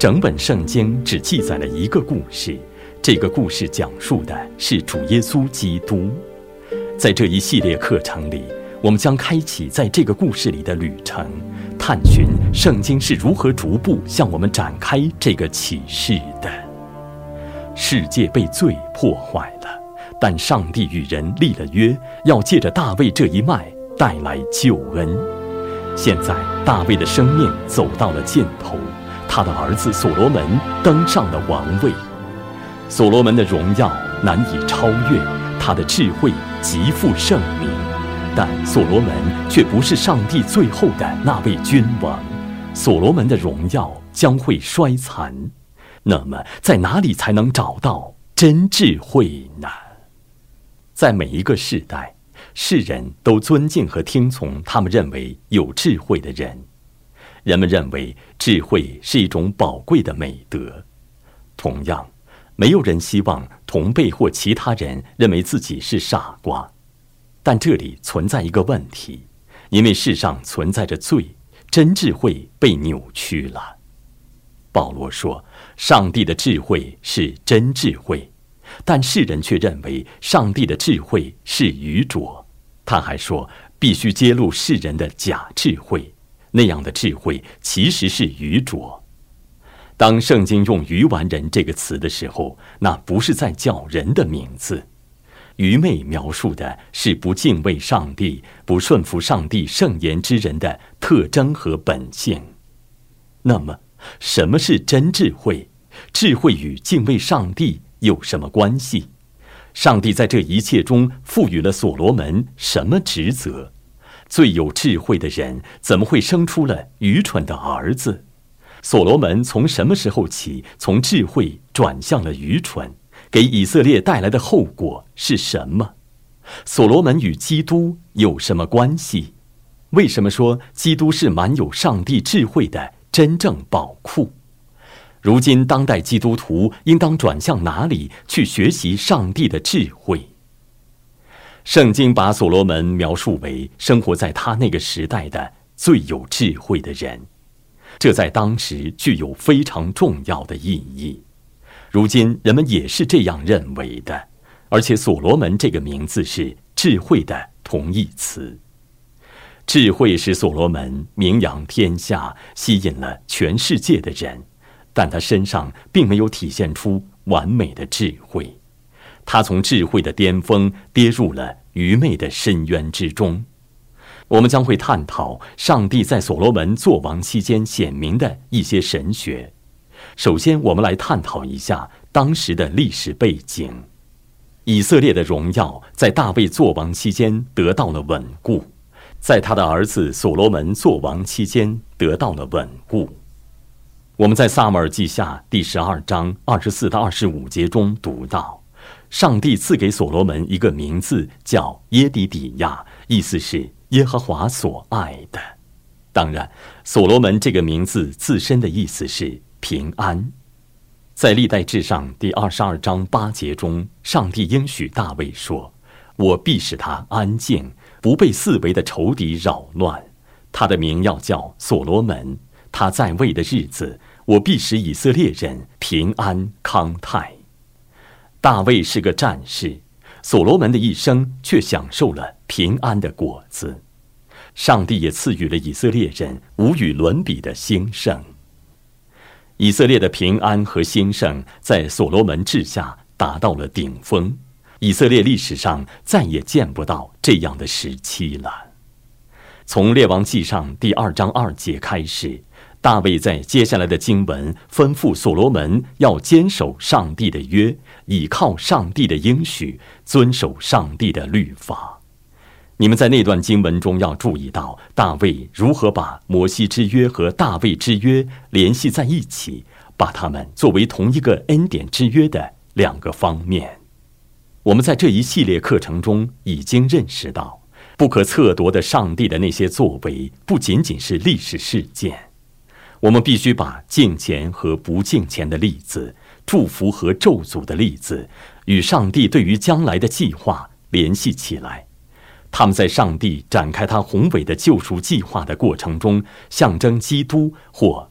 整本圣经只记载了一个故事，这个故事讲述的是主耶稣基督。在这一系列课程里，我们将开启在这个故事里的旅程，探寻圣经是如何逐步向我们展开这个启示的。世界被罪破坏了，但上帝与人立了约，要借着大卫这一脉带来救恩。现在大卫的生命走到了尽头，他的儿子所罗门登上了王位。所罗门的荣耀难以超越，他的智慧极负盛名，但所罗门却不是上帝最后的那位君王，所罗门的荣耀将会衰残。那么在哪里才能找到真智慧呢？在每一个世代，世人都尊敬和听从他们认为有智慧的人。人们认为智慧是一种宝贵的美德。同样，没有人希望同辈或其他人认为自己是傻瓜。但这里存在一个问题，因为世上存在着罪，真智慧被扭曲了。保罗说，上帝的智慧是真智慧，但世人却认为上帝的智慧是愚拙。他还说，必须揭露世人的假智慧，那样的智慧其实是愚拙。当圣经用愚顽人这个词的时候，那不是在叫人的名字。愚昧描述的是不敬畏上帝、不顺服上帝圣言之人的特征和本性。那么，什么是真智慧？智慧与敬畏上帝有什么关系？上帝在这一切中赋予了所罗门什么职责？最有智慧的人怎么会生出了愚蠢的儿子？所罗门从什么时候起从智慧转向了愚蠢？给以色列带来的后果是什么？所罗门与基督有什么关系？为什么说基督是满有上帝智慧的真正宝库？如今当代基督徒应当转向哪里去学习上帝的智慧？圣经把所罗门描述为生活在他那个时代的最有智慧的人，这在当时具有非常重要的意义。如今人们也是这样认为的，而且所罗门这个名字是智慧的同义词。智慧使所罗门名扬天下，吸引了全世界的人，但他身上并没有体现出完美的智慧。他从智慧的巅峰跌入了愚昧的深渊之中。我们将会探讨上帝在所罗门作王期间显明的一些神学。首先，我们来探讨一下当时的历史背景。以色列的荣耀在大卫作王期间得到了稳固，在他的儿子所罗门作王期间得到了稳固。我们在撒母耳记下第12章24到25节中读到，上帝赐给所罗门一个名字叫耶底底亚，意思是耶和华所爱的。当然，所罗门这个名字自身的意思是平安。在历代志上第22章8节中，上帝应许大卫说，我必使他安静，不被四围的仇敌扰乱。他的名要叫所罗门，他在位的日子，我必使以色列人平安康泰。大卫是个战士，所罗门的一生却享受了平安的果子。上帝也赐予了以色列人无与伦比的兴盛。以色列的平安和兴盛在所罗门治下达到了顶峰，以色列历史上再也见不到这样的时期了。从列王纪上第2章2节开始，大卫在接下来的经文吩咐所罗门要坚守上帝的约，倚靠上帝的应许，遵守上帝的律法。你们在那段经文中要注意到，大卫如何把摩西之约和大卫之约联系在一起，把它们作为同一个恩典之约的两个方面。我们在这一系列课程中已经认识到，不可测度的上帝的那些作为不仅仅是历史事件。我们必须把敬虔和不敬虔的例子，祝福和咒诅的例子，与上帝对于将来的计划联系起来。他们在上帝展开他宏伟的救赎计划的过程中，象征基督或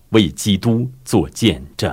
为基督做见证。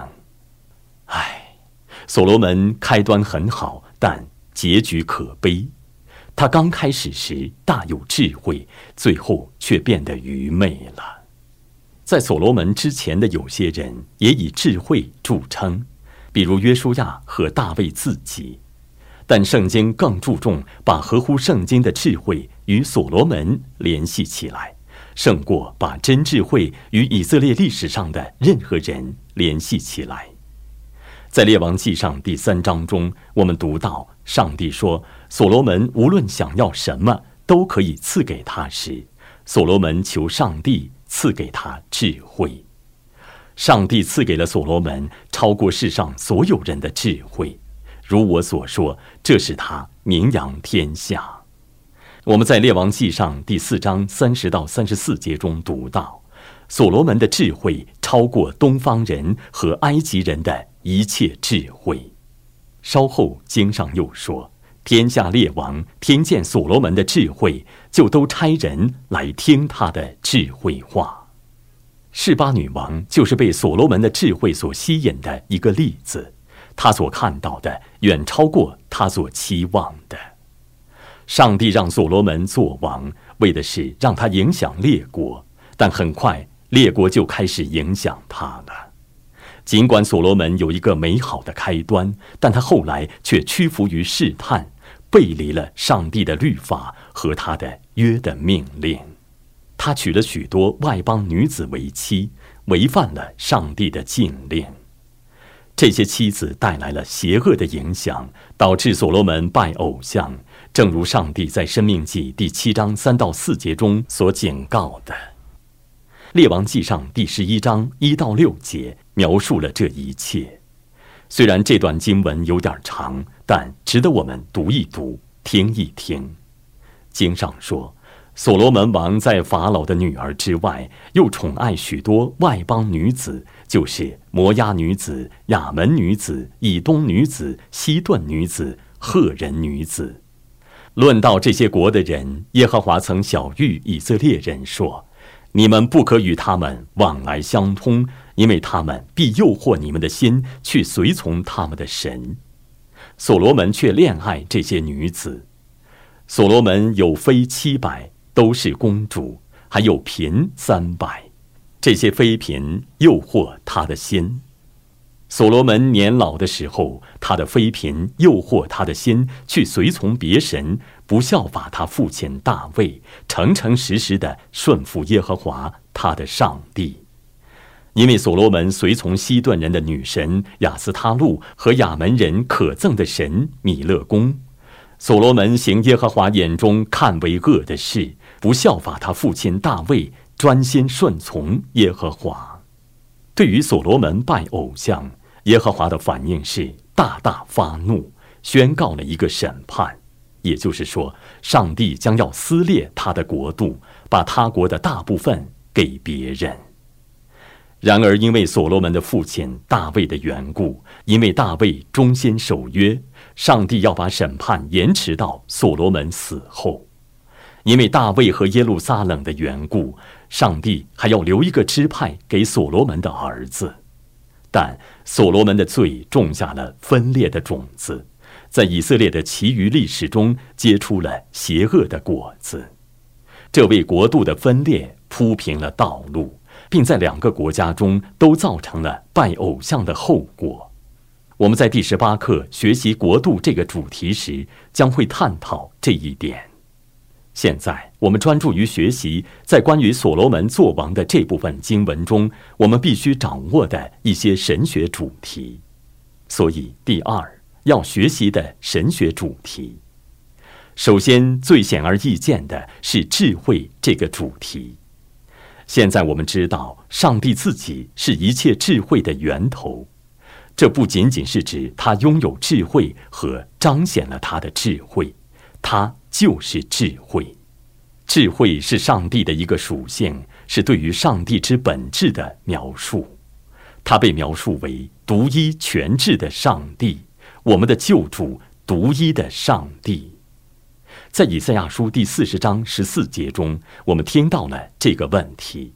所罗门开端很好，但结局可悲。他刚开始时大有智慧，最后却变得愚昧了。在所罗门之前的有些人也以智慧著称，比如约书亚和大卫自己。但圣经更注重把合乎圣经的智慧与所罗门联系起来，胜过把真智慧与以色列历史上的任何人联系起来。在列王纪上第3章中，我们读到上帝说，所罗门无论想要什么都可以赐给他时，所罗门求上帝赐给他智慧。上帝赐给了所罗门超过世上所有人的智慧，如我所说，这使他名扬天下。我们在列王纪上第4章30到34节中读到，所罗门的智慧超过东方人和埃及人的一切智慧。稍后经上又说，天下列王听见所罗门的智慧，就都差人来听他的智慧话。示巴女王就是被所罗门的智慧所吸引的一个例子，她所看到的远超过她所期望的。上帝让所罗门做王，为的是让他影响列国，但很快列国就开始影响他了。尽管所罗门有一个美好的开端，但他后来却屈服于试探，背离了上帝的律法和他的约的命令。他娶了许多外邦女子为妻，违反了上帝的禁令。这些妻子带来了邪恶的影响，导致所罗门拜偶像，正如上帝在申命记第7章3到4节中所警告的。列王纪上第11章1到6节描述了这一切。虽然这段经文有点长，但值得我们读一读，听一听。经上说，所罗门王在法老的女儿之外，又宠爱许多外邦女子，就是摩押女子、亚门女子、以东女子、西顿女子、赫人女子。论到这些国的人，耶和华曾晓谕以色列人说，你们不可与他们往来相通，因为他们必诱惑你们的心去随从他们的神。所罗门却恋爱这些女子。所罗门有妃700，都是公主，还有嫔300，这些妃嫔诱惑他的心。所罗门年老的时候，他的妃嫔诱惑他的心去随从别神，不效法他父亲大卫，诚诚实实地顺服耶和华他的上帝。因为所罗门随从西顿人的女神亚斯他路和亚门人可憎的神米勒公，所罗门行耶和华眼中看为恶的事，不效法他父亲大卫，专心顺从耶和华。对于所罗门拜偶像，耶和华的反应是大大发怒，宣告了一个审判，也就是说，上帝将要撕裂他的国度，把他国的大部分给别人。然而因为所罗门的父亲大卫的缘故，因为大卫忠心守约，上帝要把审判延迟到所罗门死后。因为大卫和耶路撒冷的缘故，上帝还要留一个支派给所罗门的儿子。但所罗门的罪种下了分裂的种子，在以色列的其余历史中结出了邪恶的果子，这为国度的分裂铺平了道路，并在2个国家中都造成了拜偶像的后果。我们在第18课学习国度这个主题时，将会探讨这一点。现在我们专注于学习在关于所罗门作王的这部分经文中，我们必须掌握的一些神学主题。所以第2要学习的神学主题，首先最显而易见的是智慧这个主题。现在我们知道上帝自己是一切智慧的源头，这不仅仅是指他拥有智慧和彰显了他的智慧，他就是智慧。智慧是上帝的一个属性，是对于上帝之本质的描述。他被描述为独一全智的上帝，我们的救主，独一的上帝。在以赛亚书第40章14节中，我们听到了这个问题：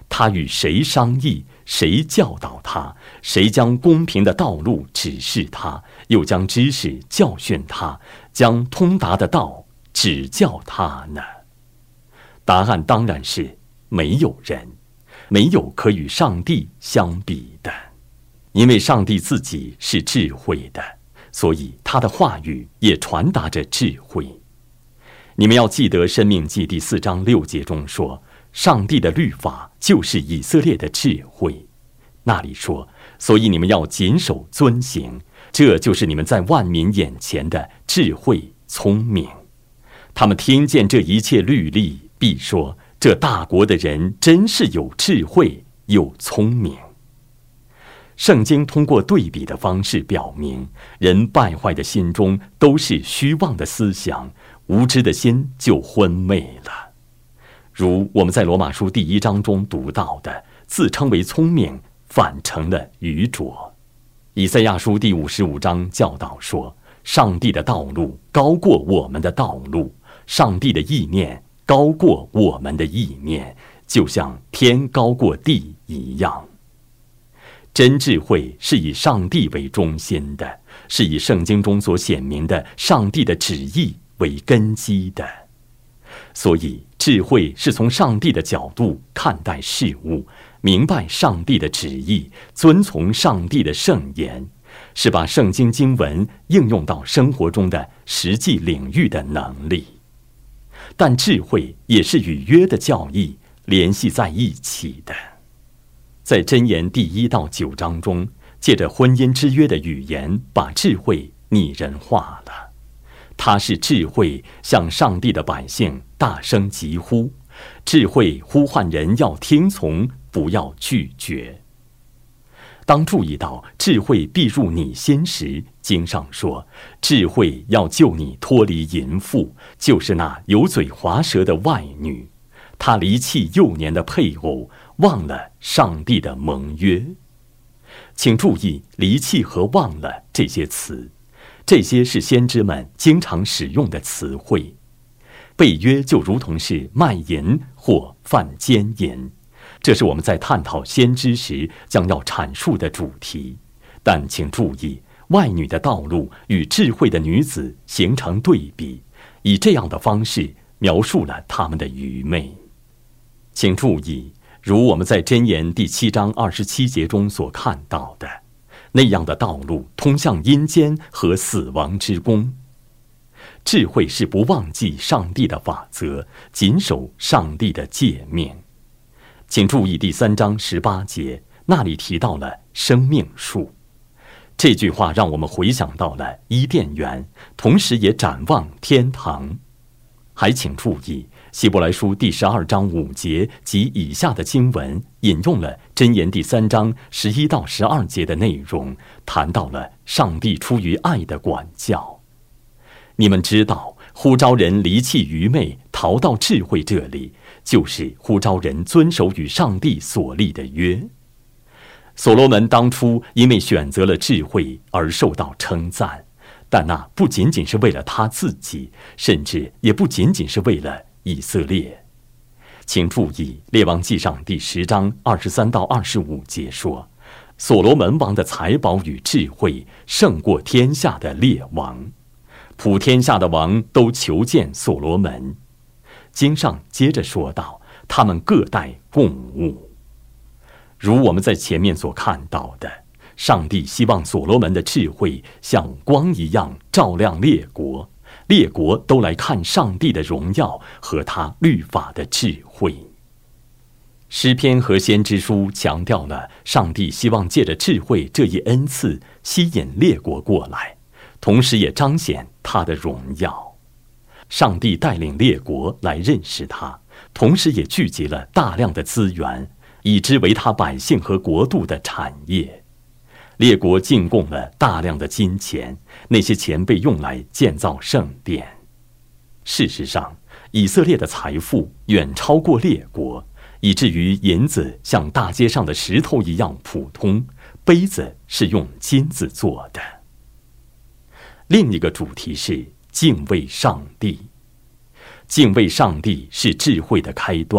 他与谁商议，谁教导他，谁将公平的道路指示他，又将知识教训他，将通达的道指教他呢？答案当然是没有人，没有可与上帝相比的。因为上帝自己是智慧的，所以他的话语也传达着智慧。你们要记得《申命记》第4章6节中说，上帝的律法就是以色列的智慧。那里说，所以你们要谨守遵行，这就是你们在万民眼前的智慧聪明。他们听见这一切律例，必说，这大国的人真是有智慧有聪明。圣经通过对比的方式表明，人败坏的心中都是虚妄的思想，无知的心就昏昧了。如我们在罗马书第1章中读到的，自称为聪明，反成了愚拙。以赛亚书第55章教导说，上帝的道路高过我们的道路，上帝的意念高过我们的意念，就像天高过地一样。真智慧是以上帝为中心的，是以圣经中所显明的上帝的旨意为根基的。所以智慧是从上帝的角度看待事物，明白上帝的旨意，遵从上帝的圣言，是把圣经经文应用到生活中的实际领域的能力。但智慧也是与约的教义联系在一起的。在箴言第1到9章中，借着婚姻之约的语言，把智慧拟人化了。它是智慧向上帝的百姓大声疾呼，智慧呼唤人要听从，不要拒绝。当注意到智慧必入你心时，经上说，智慧要救你脱离淫妇，就是那油嘴滑舌的外女。她离弃幼年的配偶，忘了上帝的盟约。请注意离弃和忘了这些词，这些是先知们经常使用的词汇。背约就如同是卖淫或犯奸淫，这是我们在探讨先知时将要阐述的主题。但请注意，外女的道路与智慧的女子形成对比，以这样的方式描述了他们的愚昧。请注意，如我们在箴言第7章27节中所看到的，那样的道路通向阴间和死亡之宫。智慧是不忘记上帝的法则，谨守上帝的诫命。请注意第3章18节，那里提到了生命树。这句话让我们回想到了伊甸园，同时也展望天堂。还请注意希伯来书第12章5节及以下的经文引用了箴言第3章11到12节的内容，谈到了上帝出于爱的管教。你们知道，呼召人离弃愚昧，逃到智慧这里，就是呼召人遵守与上帝所立的约。所罗门当初因为选择了智慧而受到称赞，但那不仅仅是为了他自己，甚至也不仅仅是为了以色列。请注意列王纪上第10章23到25节说，所罗门王的财宝与智慧胜过天下的列王，普天下的王都求见所罗门。经上接着说道，他们各带供物。如我们在前面所看到的，上帝希望所罗门的智慧像光一样照亮列国，列国都来看上帝的荣耀和他律法的智慧。诗篇和先知书强调了上帝希望借着智慧这一恩赐吸引列国过来，同时也彰显他的荣耀。上帝带领列国来认识他，同时也聚集了大量的资源，以之为他百姓和国度的产业。列国进贡了大量的金钱，那些钱被用来建造圣殿。事实上，以色列的财富远超过列国，以至于银子像大街上的石头一样普通，杯子是用金子做的。另一个主题是敬畏上帝。敬畏上帝是智慧的开端，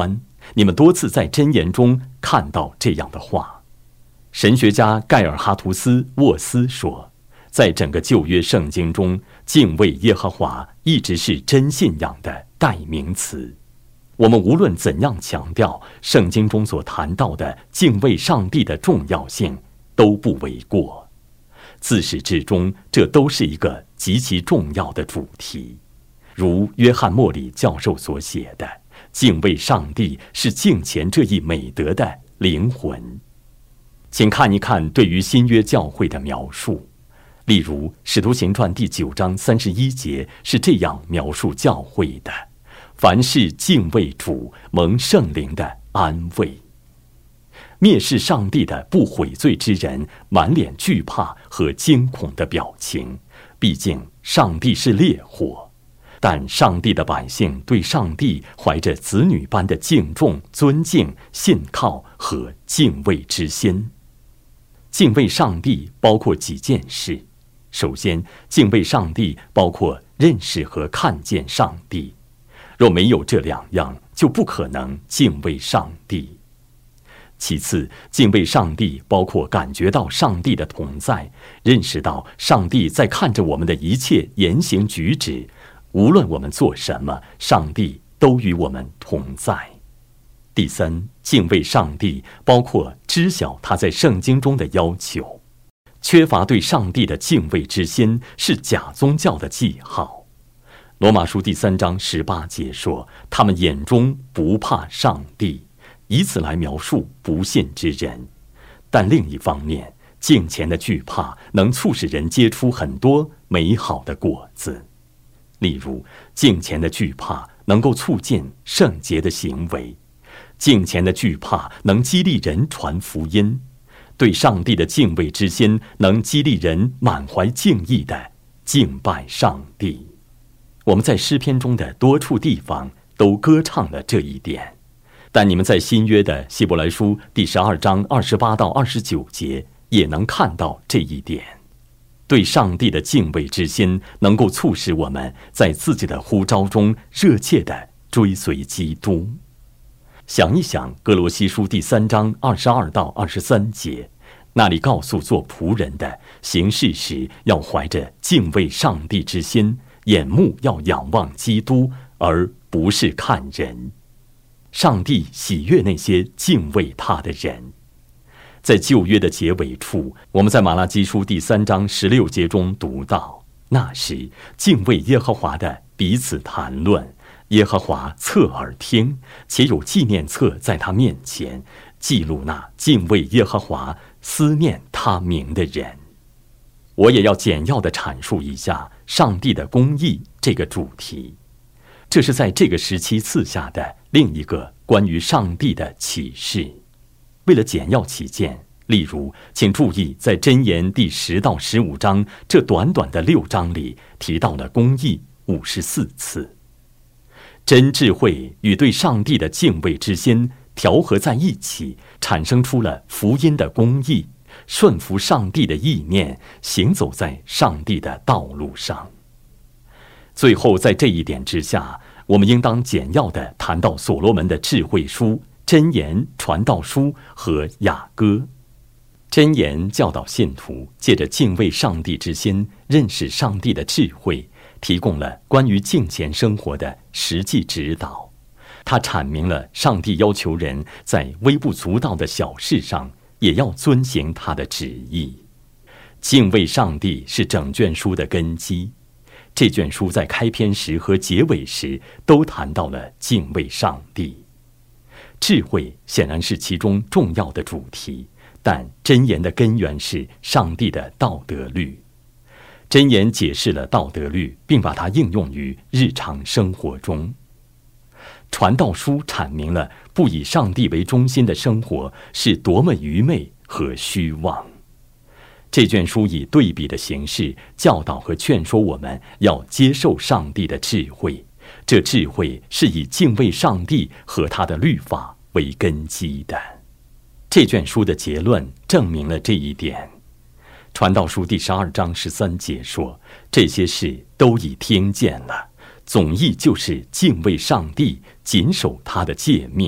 你们多次在箴言中看到这样的话。神学家盖尔哈图斯·沃斯说，在整个旧约圣经中，敬畏耶和华一直是真信仰的代名词。我们无论怎样强调圣经中所谈到的敬畏上帝的重要性，都不为过。自始至终，这都是一个极其重要的主题。如约翰·莫里教授所写的，敬畏上帝是敬虔这一美德的灵魂。请看一看对于新约教会的描述，例如《使徒行传》第9章31节是这样描述教会的：凡是敬畏主、蒙圣灵的安慰。蔑视上帝的不悔罪之人，满脸惧怕和惊恐的表情，毕竟上帝是烈火。但上帝的百姓对上帝怀着子女般的敬重、尊敬、信靠和敬畏之心。敬畏上帝包括几件事。首先，敬畏上帝包括认识和看见上帝。若没有这两样，就不可能敬畏上帝。其次，敬畏上帝包括感觉到上帝的同在，认识到上帝在看着我们的一切言行举止，无论我们做什么，上帝都与我们同在。第三，敬畏上帝包括知晓他在圣经中的要求。缺乏对上帝的敬畏之心是假宗教的记号。罗马书第3章18节说，他们眼中不怕上帝，以此来描述不信之人。但另一方面，敬虔的惧怕能促使人结出很多美好的果子。例如，敬虔的惧怕能够促进圣洁的行为，敬虔的惧怕能激励人传福音，对上帝的敬畏之心能激励人满怀敬意地敬拜上帝。我们在诗篇中的多处地方都歌唱了这一点，但你们在新约的希伯来书第12章28到29节也能看到这一点。对上帝的敬畏之心能够促使我们在自己的呼召中热切地追随基督。想一想哥罗西书第3章22到23节，那里告诉做仆人的，行事时要怀着敬畏上帝之心，眼目要仰望基督，而不是看人。上帝喜悦那些敬畏他的人。在旧约的结尾处，我们在马拉基书第3章16节中读到，那时敬畏耶和华的彼此谈论，耶和华侧耳听，且有纪念册在他面前，记录那敬畏耶和华、思念他名的人。我也要简要地阐述一下上帝的公义这个主题，这是在这个时期赐下的另一个关于上帝的启示。为了简要起见，例如请注意在箴言第10到15章这短短的6章里提到了公义54次。真智慧与对上帝的敬畏之心调和在一起，产生出了福音的公义，顺服上帝的意念，行走在上帝的道路上。最后在这一点之下，我们应当简要地谈到所罗门的智慧书、箴言、传道书和雅歌。箴言教导信徒借着敬畏上帝之心，认识上帝的智慧，提供了关于敬虔生活的实际指导。他阐明了上帝要求人在微不足道的小事上也要遵行他的旨意。敬畏上帝是整卷书的根基。这卷书在开篇时和结尾时都谈到了敬畏上帝。智慧显然是其中重要的主题，但箴言的根源是上帝的道德律。箴言解释了道德律，并把它应用于日常生活中。传道书阐明了不以上帝为中心的生活是多么愚昧和虚妄。这卷书以对比的形式教导和劝说我们要接受上帝的智慧，这智慧是以敬畏上帝和他的律法为根基的。这卷书的结论证明了这一点。传道书第12章13节说，这些事都已听见了，总意就是敬畏上帝，谨守他的诫命，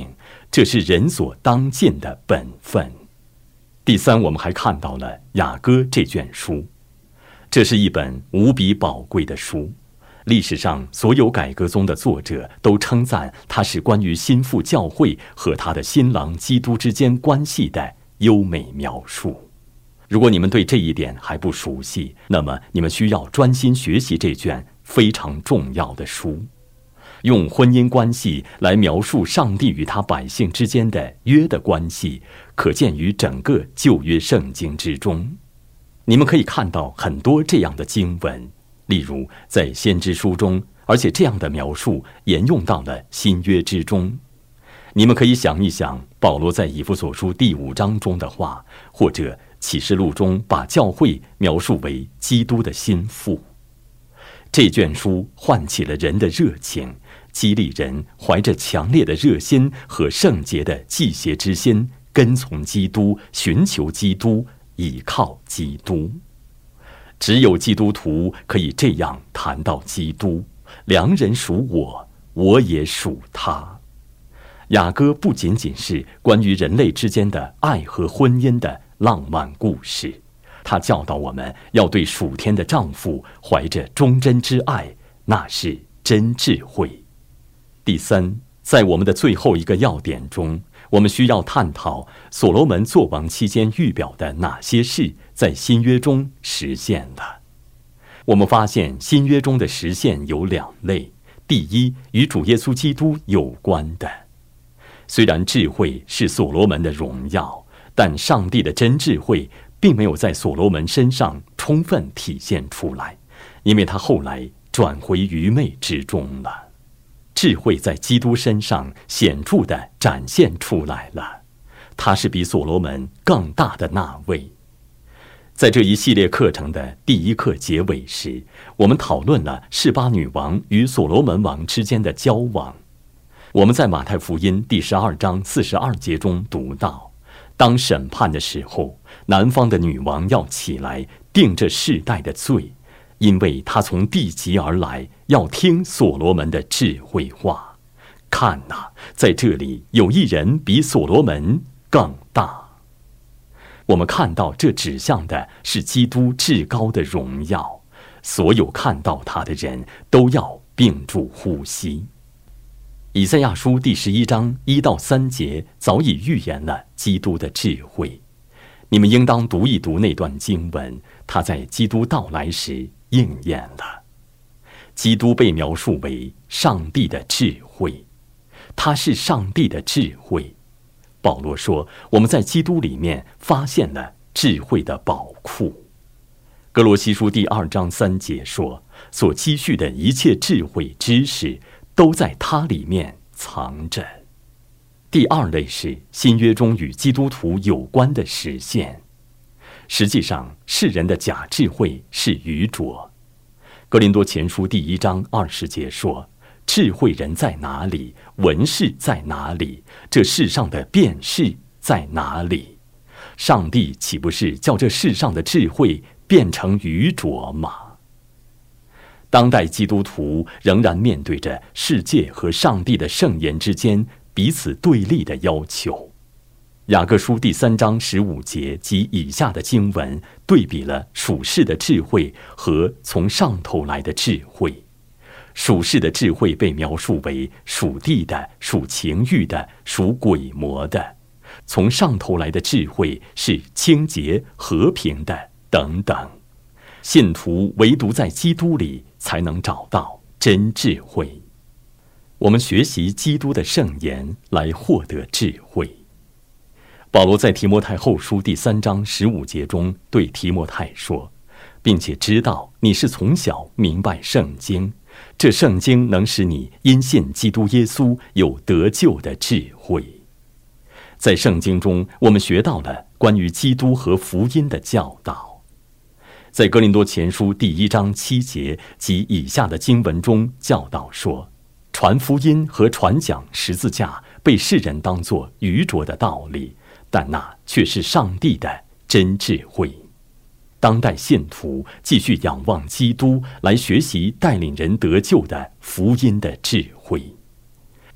这是人所当尽的本分。第三，我们还看到了雅歌这卷书，这是一本无比宝贵的书。历史上所有改革宗的作者都称赞它是关于心腹教会和他的新郎基督之间关系的优美描述。如果你们对这一点还不熟悉，那么你们需要专心学习这卷非常重要的书。用婚姻关系来描述上帝与他百姓之间的约的关系，可见于整个旧约圣经之中。你们可以看到很多这样的经文，例如在先知书中，而且这样的描述沿用到了新约之中。你们可以想一想保罗在以弗所书第5章中的话，或者启示录中把教会描述为基督的心腹。这卷书唤起了人的热情，激励人怀着强烈的热心和圣洁的祭邪之心，跟从基督，寻求基督，倚靠基督。只有基督徒可以这样谈到基督，良人属我，我也属他。雅歌不仅仅是关于人类之间的爱和婚姻的浪漫故事，它教导我们要对属天的丈夫怀着忠贞之爱，那是真智慧。第三，在我们的最后一个要点中，我们需要探讨所罗门作王期间预表的哪些事在新约中实现了。我们发现新约中的实现有2类，第一，与主耶稣基督有关的。虽然智慧是所罗门的荣耀，但上帝的真智慧并没有在所罗门身上充分体现出来，因为他后来转回愚昧之中了。智慧在基督身上显著地展现出来了，他是比所罗门更大的那位。在这一系列课程的第1课结尾时，我们讨论了示巴女王与所罗门王之间的交往。我们在马太福音第12章42节中读到，当审判的时候，南方的女王要起来定这世代的罪，因为她从地极而来，要听所罗门的智慧话。看哪，在这里有一人比所罗门更大。我们看到这指向的是基督至高的荣耀，所有看到他的人都要屏住呼吸。以赛亚书第11章1到3节早已预言了基督的智慧，你们应当读一读那段经文，它在基督到来时应验了。基督被描述为上帝的智慧，他是上帝的智慧。保罗说，我们在基督里面发现了智慧的宝库。哥罗西书第2章3节说，所积蓄的一切智慧知识都在它里面藏着。第2类是新约中与基督徒有关的实现。实际上，世人的假智慧是愚拙。哥林多前书第1章20节说，智慧人在哪里？文士在哪里？这世上的辩士在哪里？上帝岂不是叫这世上的智慧变成愚拙吗？当代基督徒仍然面对着世界和上帝的圣言之间彼此对立的要求。雅各书第3章15节及以下的经文对比了属世的智慧和从上头来的智慧。属世的智慧被描述为属地的、属情欲的、属鬼魔的，从上头来的智慧是清洁、和平的等等。信徒唯独在基督里才能找到真智慧。我们学习基督的圣言来获得智慧。保罗在提摩太后书第3章15节中对提摩太说，并且知道你是从小明白圣经，这圣经能使你因信基督耶稣有得救的智慧。在圣经中，我们学到了关于基督和福音的教导。在哥林多前书第1章7节及以下的经文中教导说，传福音和传讲十字架被世人当作愚拙的道理，但那却是上帝的真智慧。当代信徒继续仰望基督，来学习带领人得救的福音的智慧。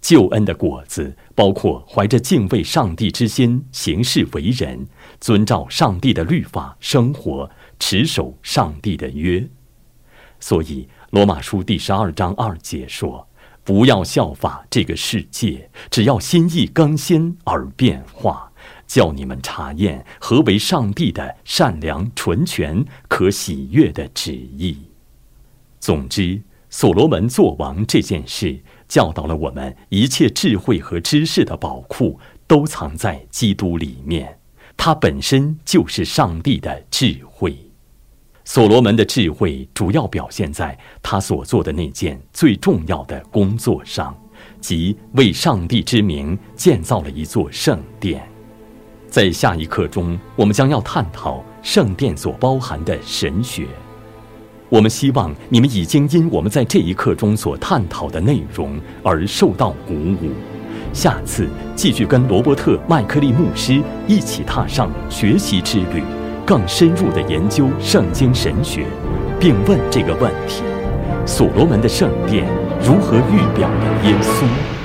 救恩的果子包括怀着敬畏上帝之心行事为人，遵照上帝的律法生活，持守上帝的约。所以罗马书第12章2节说，不要效法这个世界，只要心意更新而变化，叫你们查验何为上帝的善良、纯全、可喜悦的旨意。总之，所罗门做王这件事教导了我们，一切智慧和知识的宝库都藏在基督里面，他本身就是上帝的智慧。所罗门的智慧主要表现在他所做的那件最重要的工作上，即为上帝之名建造了一座圣殿。在下一课中，我们将要探讨圣殿所包含的神学。我们希望你们已经因我们在这一课中所探讨的内容而受到鼓舞。下次继续跟罗伯特·麦克利牧师一起踏上学习之旅，更深入地研究圣经神学，并问这个问题：所罗门的圣殿如何预表了耶稣？